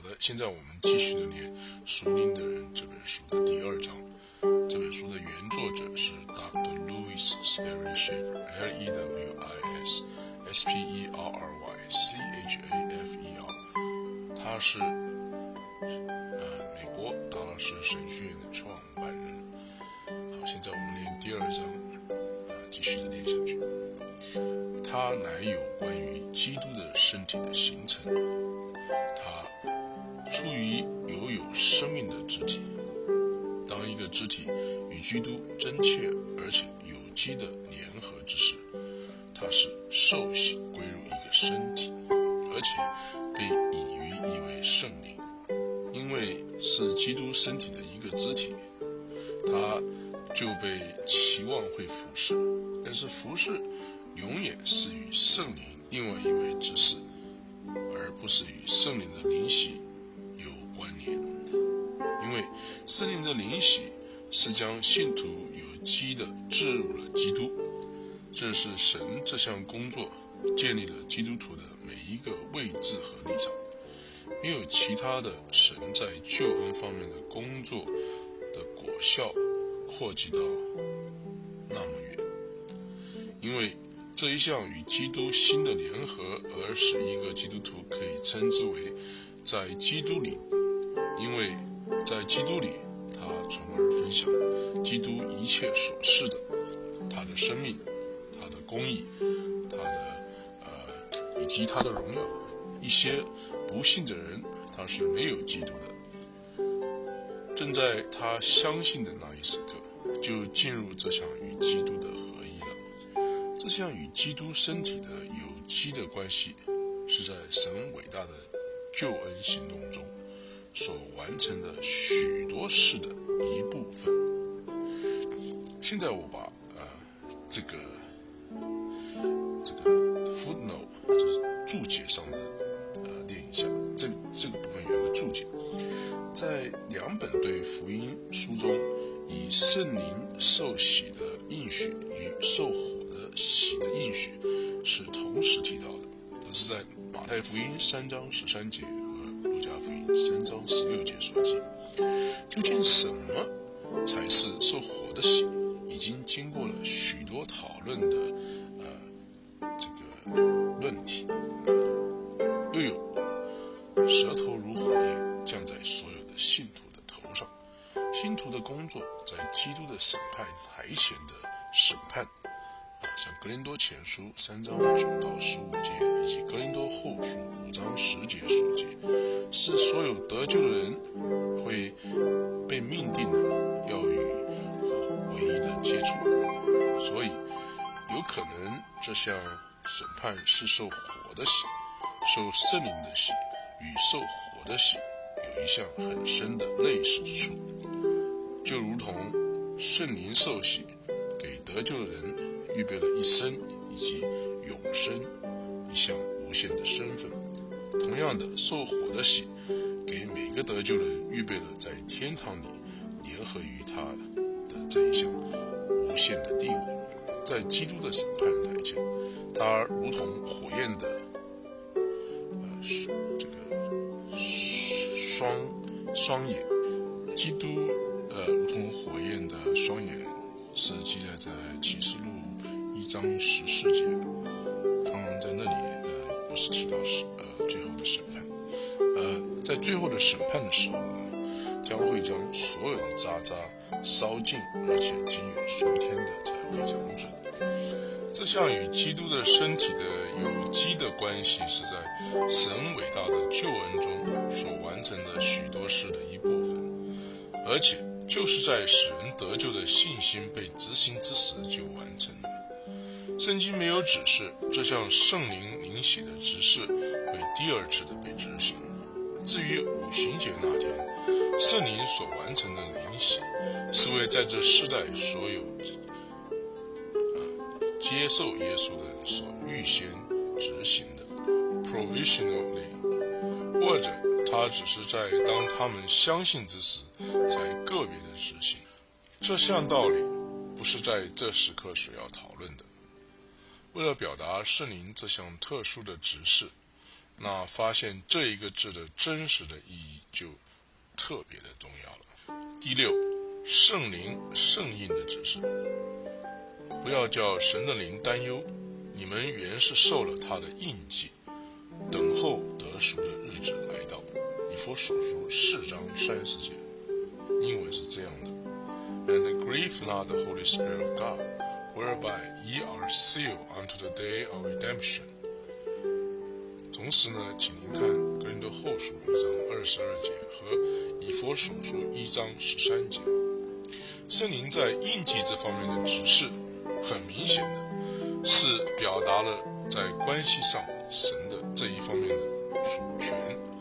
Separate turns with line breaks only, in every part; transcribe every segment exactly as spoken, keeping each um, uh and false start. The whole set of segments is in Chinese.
的，现在我们继续的念《属灵的人》这本书的第二章。这本书的原作者是 Doctor Louis Sperry Chafer，L E W I S S P E R R Y C H A F E R， 他是呃美国达拉斯神学院的创办人。好，现在我们念第二章，呃，继续的念下去。它乃有关于基督的身体的形成，它出于有有生命的肢体。当一个肢体与基督真切而且有机的联合之时，它是受洗归入一个身体，而且被以于一位圣灵。因为是基督身体的一个肢体，它就被期望会服侍，但是服侍永远是与圣灵另外一位执事，而不是与圣灵的灵洗有关联。因为圣灵的灵洗是将信徒有机的置入了基督，正是神这项工作建立了基督徒的每一个位置和立场，没有其他的神在救恩方面的工作的果效扩及到那么远。因为这一项与基督新的联合，而使一个基督徒可以称之为在基督里，因为在基督里他从而分享基督一切所示的，他的生命，他的公义，他的呃以及他的荣耀。一些不信的人他是没有基督的，正在他相信的那一时刻就进入这项与基督的合一了。这项与基督身体的有机的关系是在神伟大的救恩行动中所完成的许多事的一部分。现在我把呃这个这个 footnote 就是注解上的呃念一下，这这个部分有一个注解，在两本对福音书中，以圣灵受洗的应许与受火的洗的应许是同时提到的，这是在马太福音三章十三节和路加福音三章十六节所记。究竟什么才是受火的洗，已经经过了许多讨论的呃这个论题。又有舌头如火焰降在所有的信徒的头上，信徒的工作在基督的审判台前的审判啊，像格林多前书三章九到十五节以及格林多后书五章十节所记，是所有得救的人会被命定的要与火唯一的接触，所以有可能这项审判是受火的洗，受圣灵的洗与受火的洗有一项很深的类似之处，就如同圣灵受洗给得救的人预备了一生以及永生一项无限的身份，同样的，受火的洗给每个得救的人预备了在天堂里联合于他的这一项无限的地位。在基督的审判台前，他如同火焰的呃这个双双眼，基督呃如同火焰的双眼是记载在启示录一章十四节。当然在那里呃不是提到是呃最后的审判，呃在最后的审判的时候呢，将会将所有的渣渣烧尽，而且仅有属天的才会长存。这项与基督的身体的有机的关系是在神伟大的救恩中所完成的许多事的一部分，而且就是在使人得救的信心被执行之时就完成了。圣经没有指示这项圣灵灵洗的执事会第二次的被执行。至于五旬节那天圣灵所完成的灵洗，是为在这世代所有接受耶稣的人所预先执行的 provisionally， 或者他只是在当他们相信之时才个别的执行。这项道理不是在这时刻所要讨论的。为了表达圣灵这项特殊的指示， 那发现这一个字的真实的意义就特别的重要了。第六，圣灵圣印的指示，不要叫神的灵担忧，你们原是受了他的印记，等候得赎的日子来到。以弗所书四章三十节，英文是这样的 ：And grieve not the Holy Spirit of God, whereby ye are sealed unto the day of redemption。同时呢，请您看哥林多后书一章二十二节和以弗所书一章十三节。圣灵在印记这方面的指示，很明显的是表达了在关系上神的这一方面的主权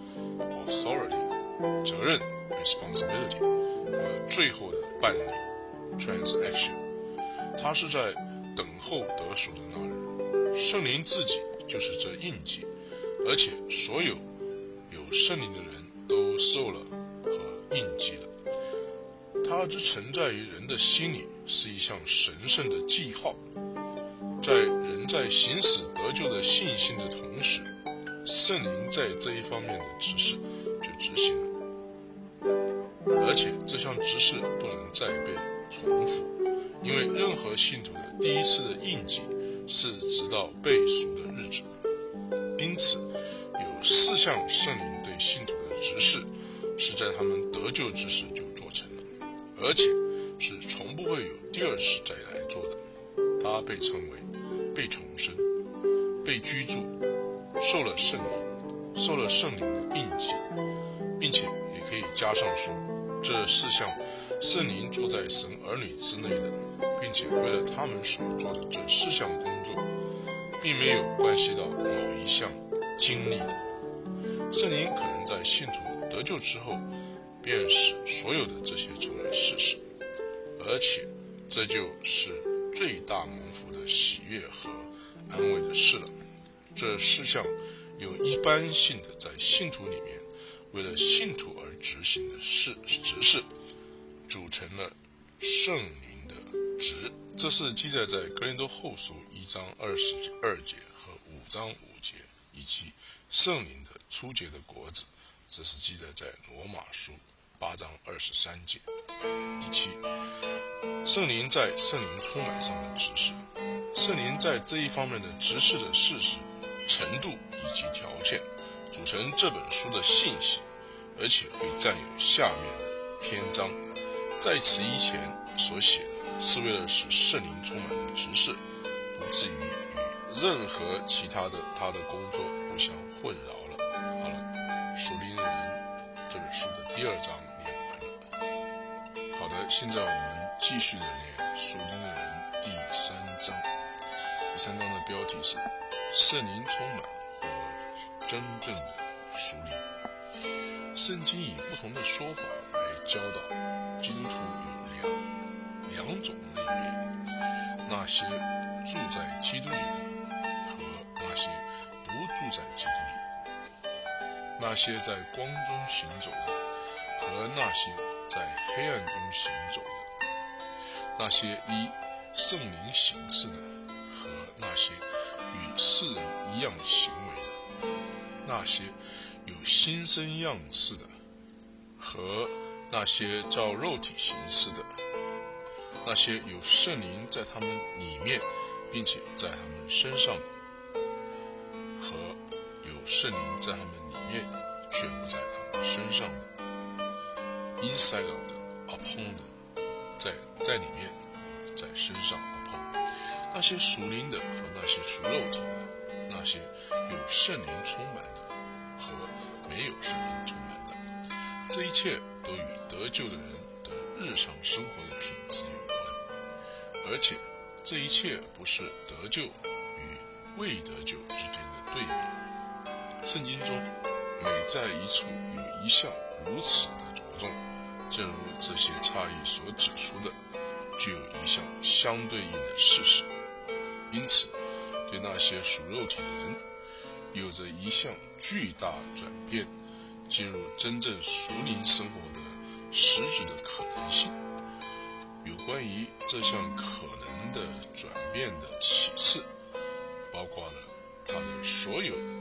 authority 责任 responsibility 和最后的办理 transaction。他是在等候得赎的那日，圣灵自己就是这印记，而且所有有圣灵的人都受了和印记了。它之存在于人的心里，是一项神圣的记号，在人在行使得救的信心的同时，圣灵在这一方面的指示就执行了，而且这项指示不能再被重复，因为任何信徒的第一次的印记是直到被赎的日子。因此有四项圣灵对信徒的指示是在他们得救之时就做成了，而且是从不会有第二次再来做的。它被称为被重生、被居住、受了圣灵、受了圣灵的印记，并且也可以加上说，这四项圣灵坐在神儿女之内的，并且为了他们所做的这四项工作，并没有关系到某一项经历的。圣灵可能在信徒得救之后，便使所有的这些成为事实，而且这就是最大蒙福的喜悦和安慰的事了。这四项有一般性的在信徒里面为了信徒而执行的事指示，组成了圣灵的职。这是记载在哥林多后书一章二十二节和五章五节，以及圣灵的初结的果子，这是记载在罗马书八章二十三节。第七，圣灵在圣灵充满上的指示，圣灵在这一方面的指示的事实、程度以及条件，组成这本书的信息，而且会占有下面的篇章。在此以前所写的是为了使圣灵充满的指示不至于与任何其他的他的工作互相混淆了。好了，属灵的人这本书的第二章念完了。好的，现在我们继续的念属灵的人第三章。第三章的标题是圣灵充满或真正的属灵。圣经以不同的说法来教导基督徒有两两种类别，那些住在基督里的和那些不住在基督里，那些在光中行走的和那些在黑暗中行走的，那些依圣灵行事的和那些与世人一样行为的，那些有新生样式的和那些照肉体行事的，那些有圣灵在他们里面并且在他们身上和有圣灵在他们里面却不在他们身上的 inside of 的 upon 的，在在里面在身上 upon， 那些属灵的和那些属肉体的，那些有圣灵充满的和没有圣灵充满的，这一切都与得救的人的日常生活的品质有关，而且这一切不是得救与未得救之间的对比。圣经中每在一处有一项如此的着重，正如这些差异所指出的，具有一项相对应的事实。因此对那些属肉体的人有着一项巨大转变，进入真正属灵生活的实质的可能性。有关于这项可能的转变的启示，包括了他的所有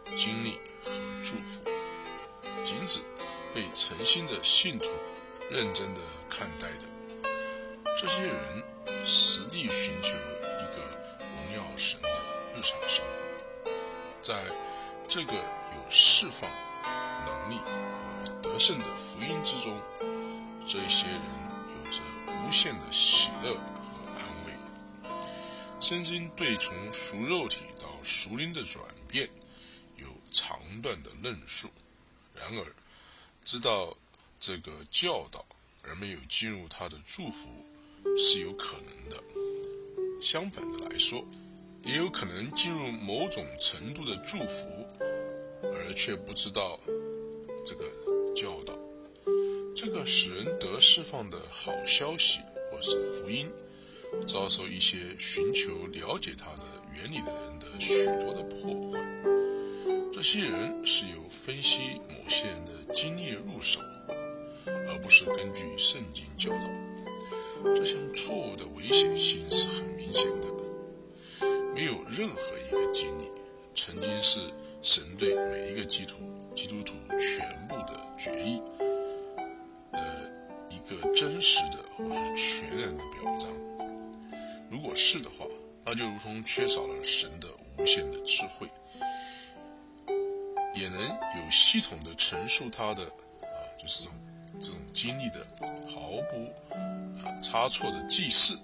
经历和祝福，仅此被诚心的信徒认真的看待的。这些人实地寻求一个荣耀神的日常生活，在这个有释放能力和得胜的福音之中，这些人有着无限的喜乐和安慰。圣经对从属肉体到属灵的转变有长段的论述，然而知道这个教导而没有进入他的祝福是有可能的。相反的来说，也有可能进入某种程度的祝福，而却不知道这个教导。这个使人得释放的好消息或是福音，遭受一些寻求了解它的原理的人的许多的破坏。这些人是由分析某些人的经历入手，而不是根据圣经教导。这项错误的危险性是很明显的。没有任何一个经历曾经是神对每一个基督基督徒全部的决议的一个真实的或是全然的表彰。如果是的话，那就如同缺少了神的无限的智慧，也能有系统的陈述他的啊，就是这种这种经历的毫不啊差错的记事。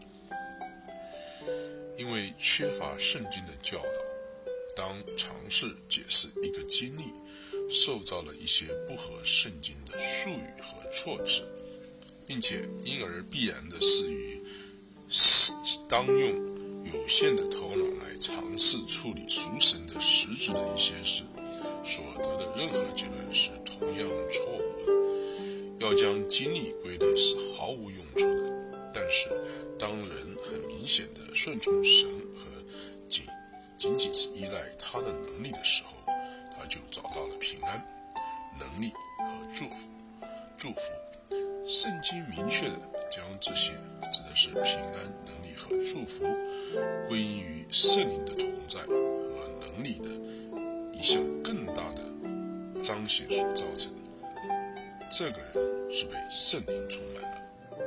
因为缺乏圣经的教导，当尝试解释一个经历，受到了一些不合圣经的术语和措辞，并且因而必然的是于当用有限的头脑来尝试处理属神的实质的一些事，所得的任何结论是同样错误的。要将经历归类是毫无用处的。但是当人很明显的顺从神和仅仅仅是依赖他的能力的时候，他就找到了平安、能力和祝福。祝福，圣经明确的将这些指的是平安、能力和祝福归因于圣灵的同在和能力的一项更大的彰显所造成。这个人是被圣灵充满了。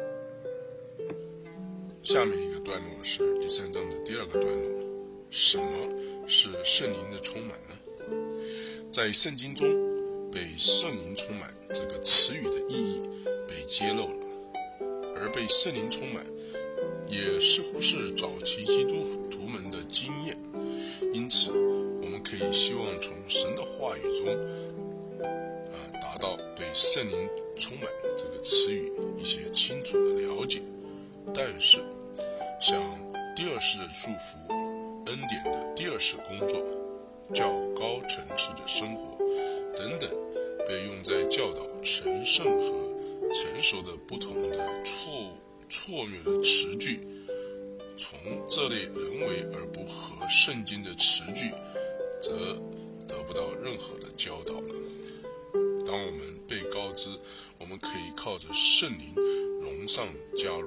下面一个段落是第三章的第二个段落，什么是圣灵的充满呢？在圣经中，被圣灵充满这个词语的意义被揭露了，而被圣灵充满也似乎是早期基督徒们的经验，因此我们可以希望从神的话语中啊，达到对圣灵充满这个词语一些清楚的了解。但是像第二世的祝福、恩典的第二世工作、较高层次的生活等等，被用在教导成圣和成熟的不同的错错谬的词句，从这类人为而不合圣经的词句，则得不到任何的教导了。当我们被告知我们可以靠着圣灵荣上加荣，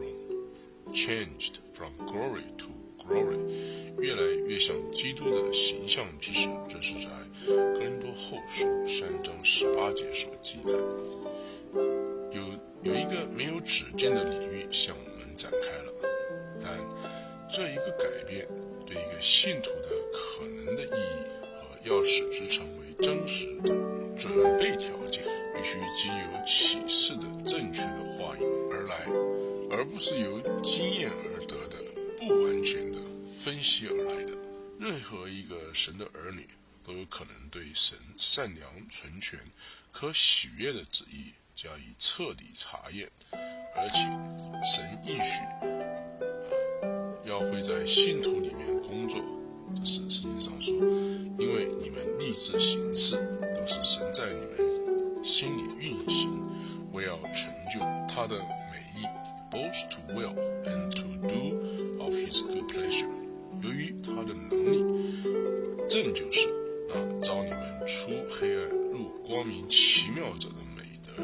changed from glory to glory， 越来越像基督的形象之时，这是在哥林多后书三章十八节所记载。有有一个没有止境的领域向我们展开了，但这一个改变对一个信徒的可能的意义和要使之成为真实的准备条件，必须经由启示的正确的话语而来，而不是由经验而得的不完全的分析而来的。任何一个神的儿女都有可能对神善良、纯全、可喜悦的旨意加以彻底查验，而且神应许、呃、要会在信徒里面工作。这是圣经上说，因为你们立志行事，都是神在你们心里运行，为要成就他的美意， both to will and to do of his good pleasure。 由于他的能力，正就是那召你们出黑暗入光明奇妙者的美德，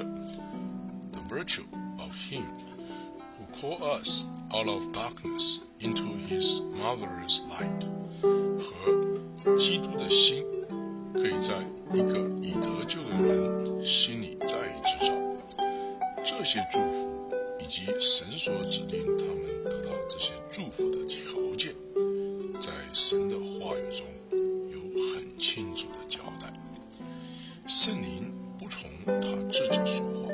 the virtue of him who called us out of darkness into his marvelous light， 和基督的心可以在一个已得救的人心里再制造。这些祝福以及神所指定他们得到这些祝福的条件，在神的话语中有很清楚的交代。圣灵不从他自己说话，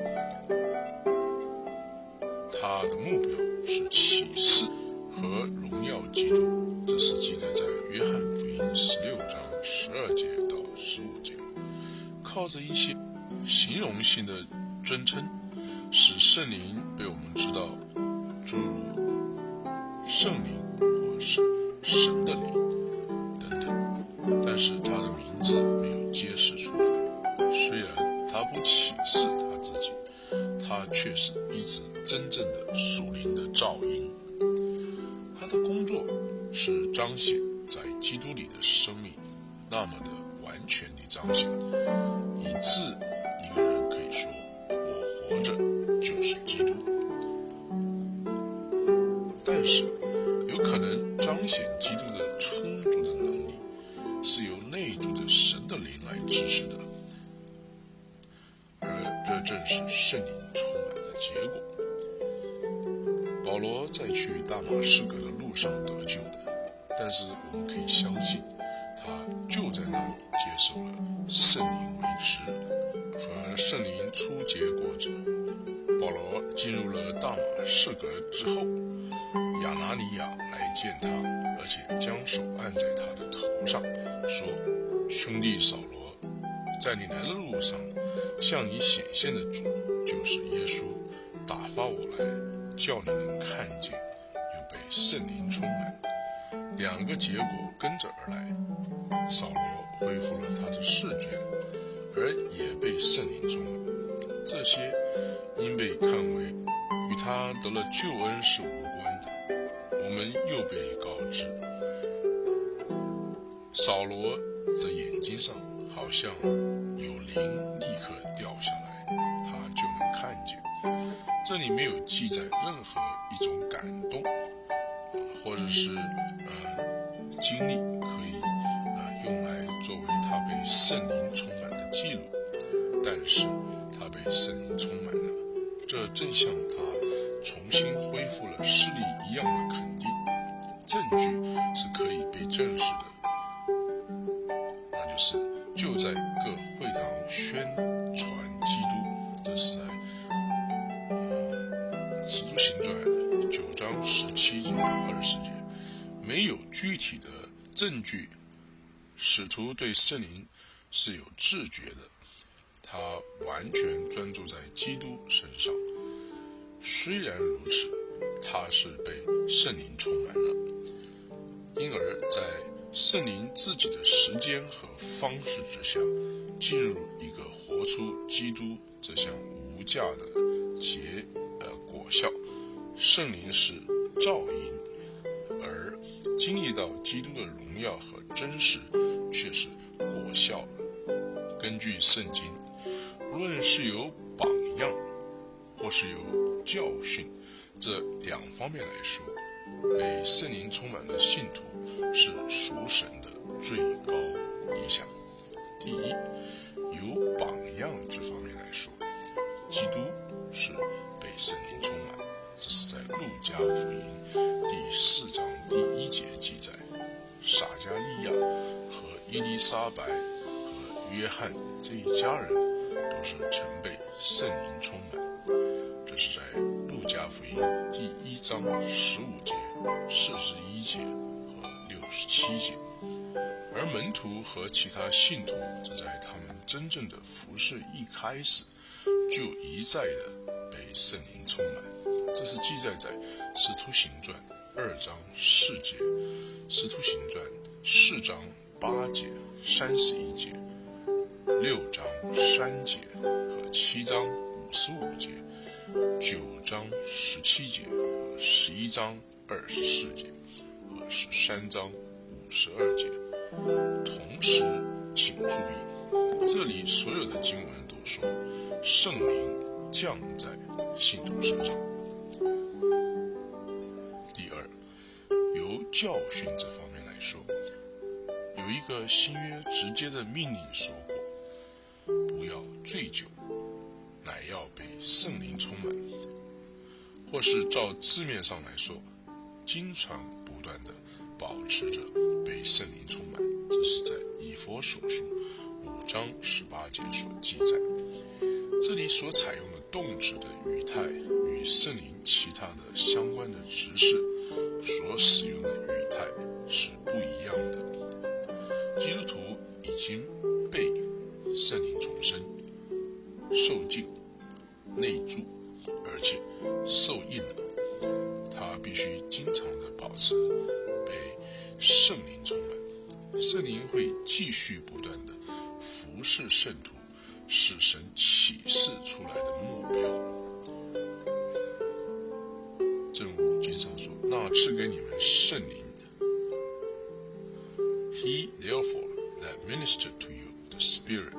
他的目标是启示和荣耀基督，这是记载在约翰福音十六章十二节到十五节。靠着一些形容性的尊称，使圣灵被我们知道，诸如圣灵或是神的灵等等，但是他的名字没有揭示出来。虽然他不启示他自己，他却是一直真正的属灵的噪音。他的工作是彰显在基督里的生命，那么的完全地彰显，以致一个人可以说，我活着就是基督。但是有可能彰显基督的充足的能力，是由内住的神的灵来支持的，而这正是圣灵充满的结果。保罗在去大马士革的路上得救的，但是我们可以相信，他就在那里接受了圣灵为职，和圣灵初结果子。保罗进入了大马士革之后，亚拿尼亚来见他，而且将手按在他的头上，说：兄弟扫罗，在你来的路上向你显现的主就是耶稣，打发我来，叫你能看见，又被圣灵充满。两个结果跟着而来，扫罗恢复了他的视觉，而也被圣灵充满。这些因被看为与他得了救恩是无关的，我们又被告知，扫罗的眼睛上好像有灵立刻掉下来，他就能看见。这里没有记载任何一种感动，呃、或者是呃经历可以呃用来作为他被圣灵充满的记录，但是他被圣灵充满了，这正像他重新恢复了视力一样的肯定。证据是可以被证实的，那就是就在各会堂宣传基督，这是在呃使徒行传九章十七节到二十节，没有具体的证据，使徒对圣灵是有自觉的，他完全专注在基督身上。虽然如此，他是被圣灵充满了，因而在圣灵自己的时间和方式之下，进入一个活出基督这项无价的结呃果效。圣灵是噪音，而经历到基督的荣耀和真实却是果效的。根据圣经，无论是有榜样或是有教训，这两方面来说，被圣灵充满的信徒是属神的最高理想。第一，有榜样这方面来说，基督是被圣灵充满，这是在路加福音第四章第一节记载，撒迦利亚和伊丽莎白和约翰这一家人都是曾被圣灵充满，这是在路加福音第一章十五节、四十一节和六十七节。而门徒和其他信徒则在他们真正的服事一开始就一再的被圣灵充满，这是记载在使徒行传二章四节、使徒行传四章八节、三十一节、六章三节和七章五十五节、九章十七节和十一章二十四节和十三章五十二节。同时请注意，这里所有的经文都说圣灵降在信徒身上。第二，由教训这方面来说，有有一个新约直接的命令说过，不要醉酒，乃要被圣灵充满，或是照字面上来说，经常不断的保持着被圣灵充满。这是在以弗所书五章十八节所记载。这里所采用的动词的语态与圣灵其他的相关的执事所使用的语态是不一样的。基督徒已经被圣灵重生、受浸、内住，而且受印了，他必须经常的保持被圣灵充满。圣灵会继续不断的服侍圣徒，使神启示出来的目标。正如经上说，那赐给你们圣灵， He therefore that ministered to you the Spirit。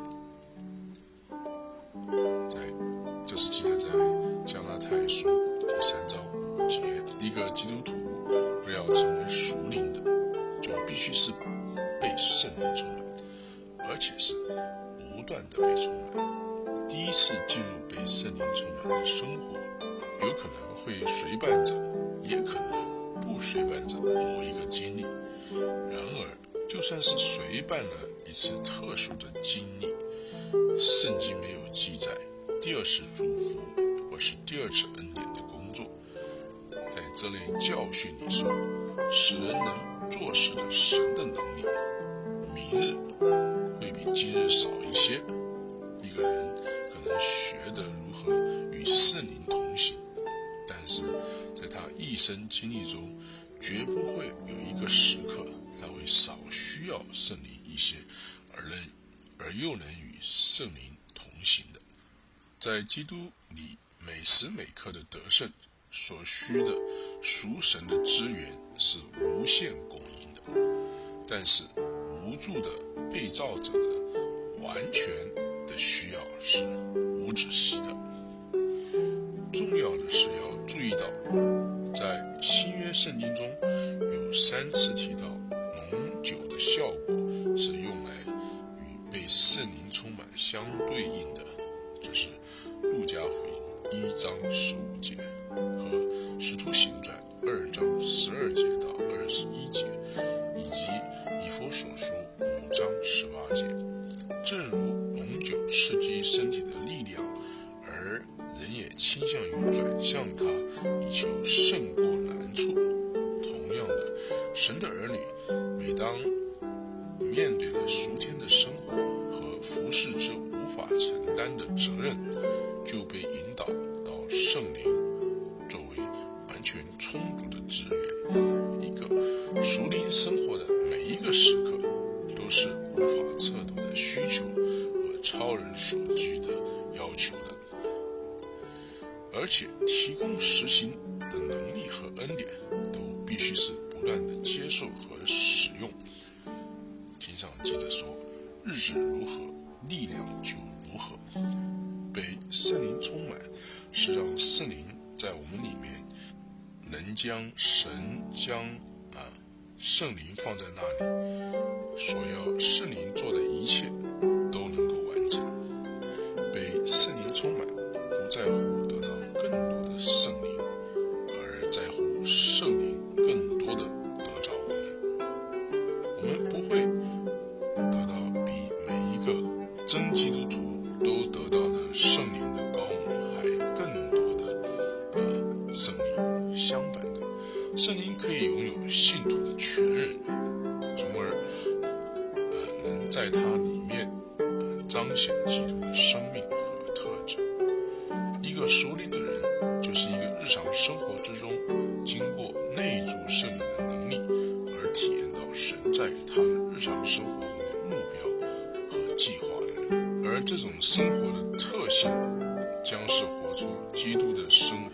在这是记载在加拉太书第三章五节。一个基督徒若要成为属灵的，就必须是被圣灵充满，而且是不断的被充满。第一次进入被圣灵充满的生活，有可能会随伴着，也可能不随伴着某一个经历。然而就算是随伴了一次特殊的经历，圣经没有记载第二次祝福或是第二次恩典的工作。在这类教训里说，使人能做事的神的能力，明日会比今日少一些。一个人可能学得如何与圣灵同行，但是在他一生经历中，绝不会有一个时刻他会少需要圣灵一些，而能而又能与圣灵同行的。在基督里每时每刻的得胜所需的属神的资源是无限供应的，但是无助的被造者的完全的需要是无止息的。重要的是要注意到，在新约圣经中有三次提到浓酒的效果是用来与被圣灵充满相对应的，这是路加福音一章十五节和使徒行传二章十二节到二十一节，以及以弗所书五章十八节。正如浓酒刺激身体的力量，而人也倾向于转向它，以求胜过难处。同样的，神的儿女每当面对了属天的生活和服侍之无法承担的责任，就被引导到圣灵作为完全充足的资源。一个属灵生活的每一个时刻都是无法测度的需求和超人所居的要求的，而且提供实行的能力和恩典都必须是不断的接受和使用。经上记着说，日子如何，力量就如何。被圣灵充满是让圣灵在我们里面能将神将啊圣灵放在那里，所要圣灵做的一切都能够完成。被圣灵充满不在乎得到更多的圣灵，而在乎圣灵更多的得着我们。我们不会得到比每一个真基督徒都得到的圣灵的高摩还更多的呃圣灵。相反的，圣灵可以拥有信徒的全人，从而呃能在它里面呃彰显基督的生命和特质。一个属灵的人，就是一个日常生活之中经过内住圣灵的能力，而体验到神在他的日常生活中的目标和计划的人。而这种生活的特性，将是活出基督的生活。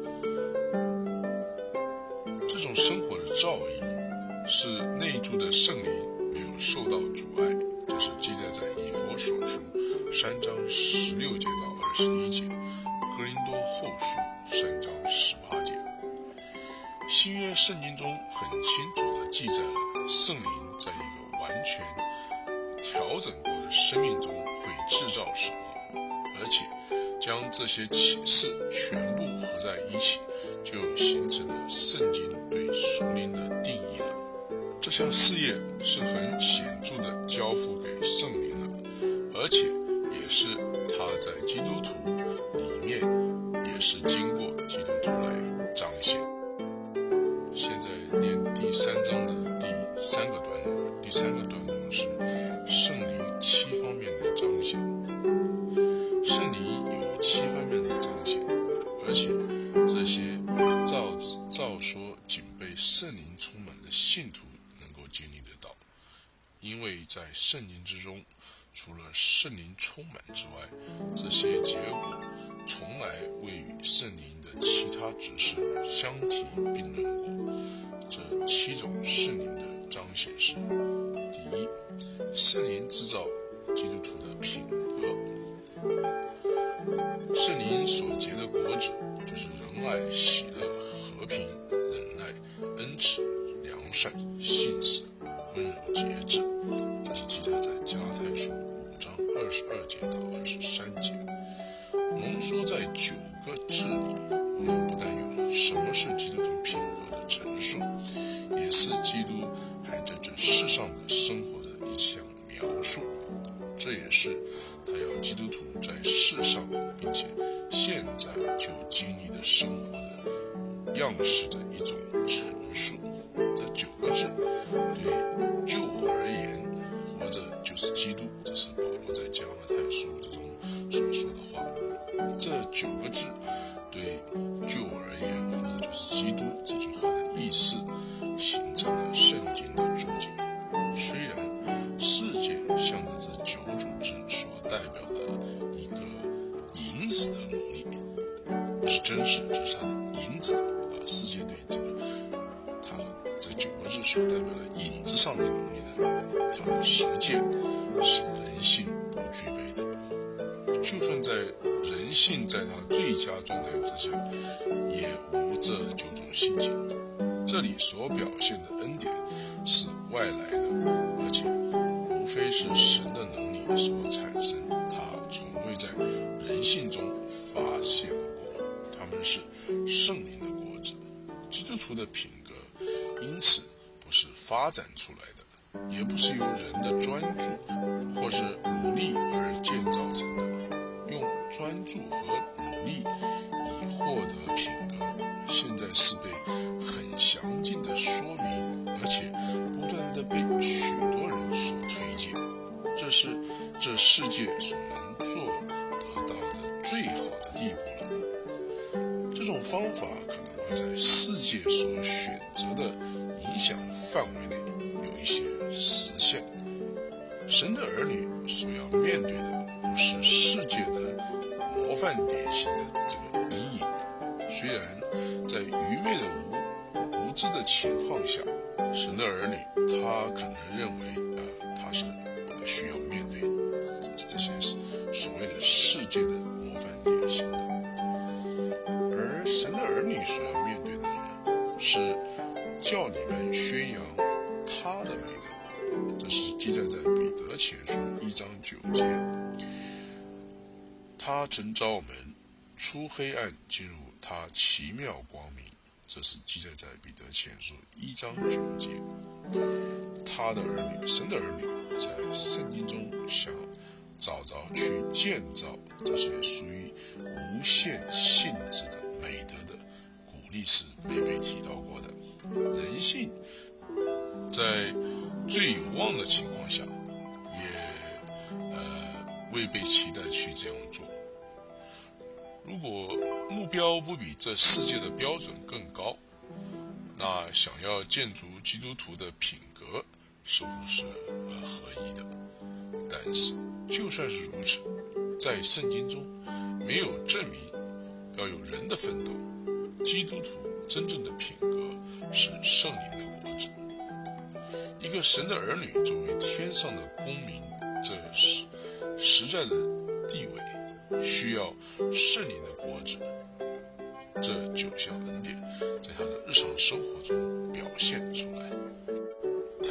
这种生活的照应，是内住的圣灵没有受到阻碍。这是记载在以弗所书三章十六节到二十一节，哥林多后书三章十八节。新约圣经中很清楚地记载了圣灵在一个完全调整过的生命中会制造什么，而且将这些启示全部合在一起，就形成了圣经对属灵的定义了。这项事业是很显著的交付给圣灵了，而且也是他在基督徒里面，也是经过基督徒来彰显。现在念第三章的第三个段落，第三个段落是圣灵七方面的彰显。圣灵有七方面的彰显，而且这些照照说仅被圣灵充满的信徒能够经历得到，因为在圣灵之中，除了圣灵充满之外，这些结果从来未与圣灵的其他指示相提并论过。这七种圣灵的彰显是：第一，圣灵制造基督徒的品格。圣灵所结的果子就是仁爱、喜乐、和平、忍耐、恩慈、良善、信实、温柔、节制。这是记载在加拉太书五章二十二节到二十三节。浓缩在九个字里，我们不但有什么是基督徒品格的陈述，也是基督还在这世上的生活的一项描述。这也是他要基督徒在世上并且现在就经历的生活的样式的一种陈述。这九个字对就我而言，活着就是基督，这是保罗在加拉太书之中所说的话。这九个字对就我而言，活着就是基督这句话的意思，形成了圣经的注解。虽然世界向着这九种字所代表的一个银子的努力，不是真实，只是它的银子啊。世界对这个它的这九个字所代表的影子上的努力呢，它的实践是人性不具备的。就算在人性在它最佳状态之下，也无这九种性情。这里所表现的恩典是外来的，而且无非是神的能力所产生，它从未在人性中发现过。它们是圣灵的果子。基督徒的品格因此不是发展出来的，也不是由人的专注或是努力而建造成的。用专注和努力以获得品格，现在是被很详尽的说明，而且不断的被许多人所推荐。这是这世界所能做得到的最好的地步了。这种方法可能会在世界所选择的影响范围内有一些实现。神的儿女所要面对的不是世界的模范典型的这个阴影。虽然在愚昧的无无知的情况下，神的儿女他可能认为啊、呃，他是需要面对这些所谓的世界的模范典型的，而神的儿女所要面对的呢，是叫你们宣扬他的美德。这是记载在彼得前书一章九节。他曾召我们出黑暗进入他奇妙光明，这是记载在彼得前书一章九节。他的儿女，神的儿女，在圣经中想找着去建造这些属于无限性质的美德的鼓励是没被提到过的。人性在最有望的情况下，也呃未被期待去这样做。如果目标不比这世界的标准更高，那想要建筑基督徒的品格似乎是呃合宜的。但是就算是如此，在圣经中没有证明要有人的奋斗。基督徒真正的品格是圣灵的果子。一个神的儿女作为天上的公民，这是实在的地位，需要圣灵的果子。这九项恩典在他的日常生活中表现出来。他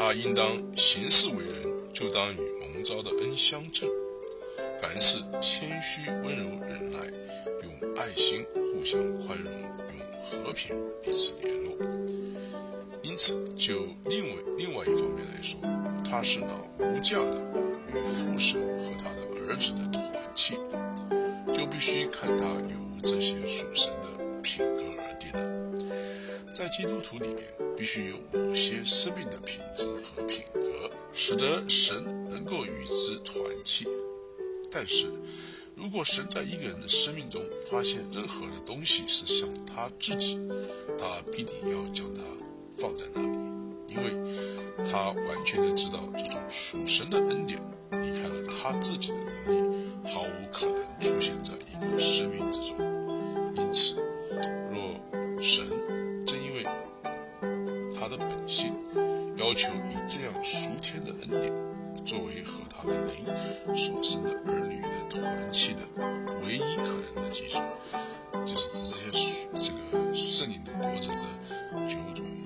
他应当行事为人，就当与蒙召的恩相称，凡事谦虚温柔忍耐，用爱心互相宽容，用和平彼此联络。因此就另外另外一方面来说，他是那无价的与父神和他的儿子的团契，就必须看他有这些属神的品格而定了。在基督徒里面必须有某些生命的品质和品格，使得神能够与之团契。但是如果神在一个人的生命中发现任何的东西是像他自己，他必定要将它放在那里，因为他完全的知道这种属神的恩典离开了他自己的能力，毫无可能出现在一个生命之中。因此若神正因为他的本性要求以这样属天的恩典作为和他的灵所生的儿女的团契的唯一可能的基础，就是指这些这个圣灵的国着这九种啊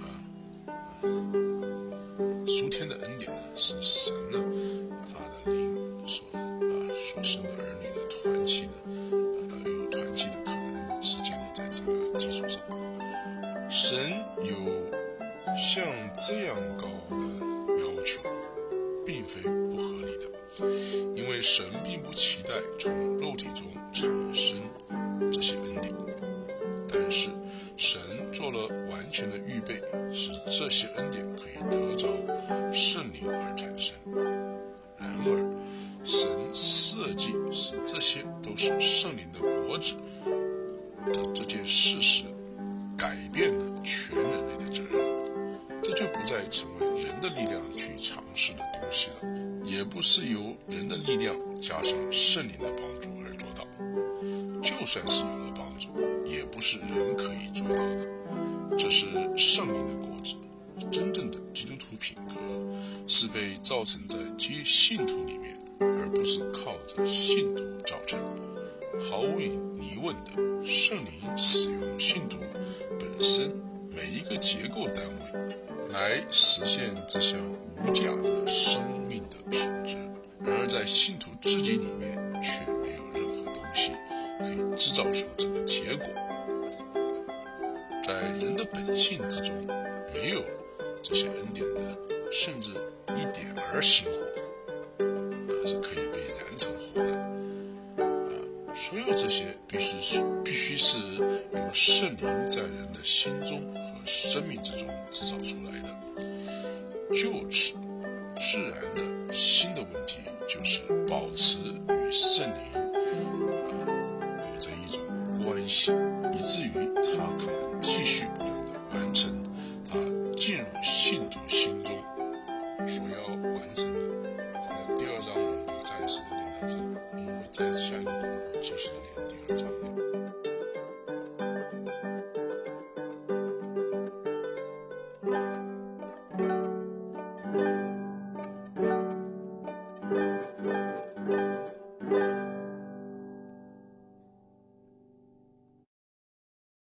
属天的恩典呢，是神呢他的灵所啊所生的儿女的团契呢，呃有团契的可能是建立在这个基础上。神有像这样高的要求，并非不合理的，因为神并不期待从肉体中产生这些恩典，但是神做了完全的预备，使这些恩典可以得着圣灵而产生。然而神设计使这些都是圣灵的果子的这件事实，改变了全人类的责任，这就不再成为人的力量去尝试的东西了，也不是由人的力量加上圣灵的帮助而做到，就算是有了帮助，也不是人可以做到的。这是圣灵的果子，真正的基督徒品格是被造成在基信徒里面，而不是靠着信徒造成。毫无疑问的，圣灵使用信徒本身每一个结构单位来实现这项无价的生命的品质，然而在信徒自己里面却没有任何东西可以制造出这个结果。在人的本性之中没有这些恩典的，甚至一点儿心火、呃、是可以被燃成火的、呃、所有这些必须是必须是由圣灵在人的心中和生命之中制造出来的。就此自然的新的问题就是保持与圣灵、呃、有着一种关系，以至于他可能继续不断的完成他进入信徒心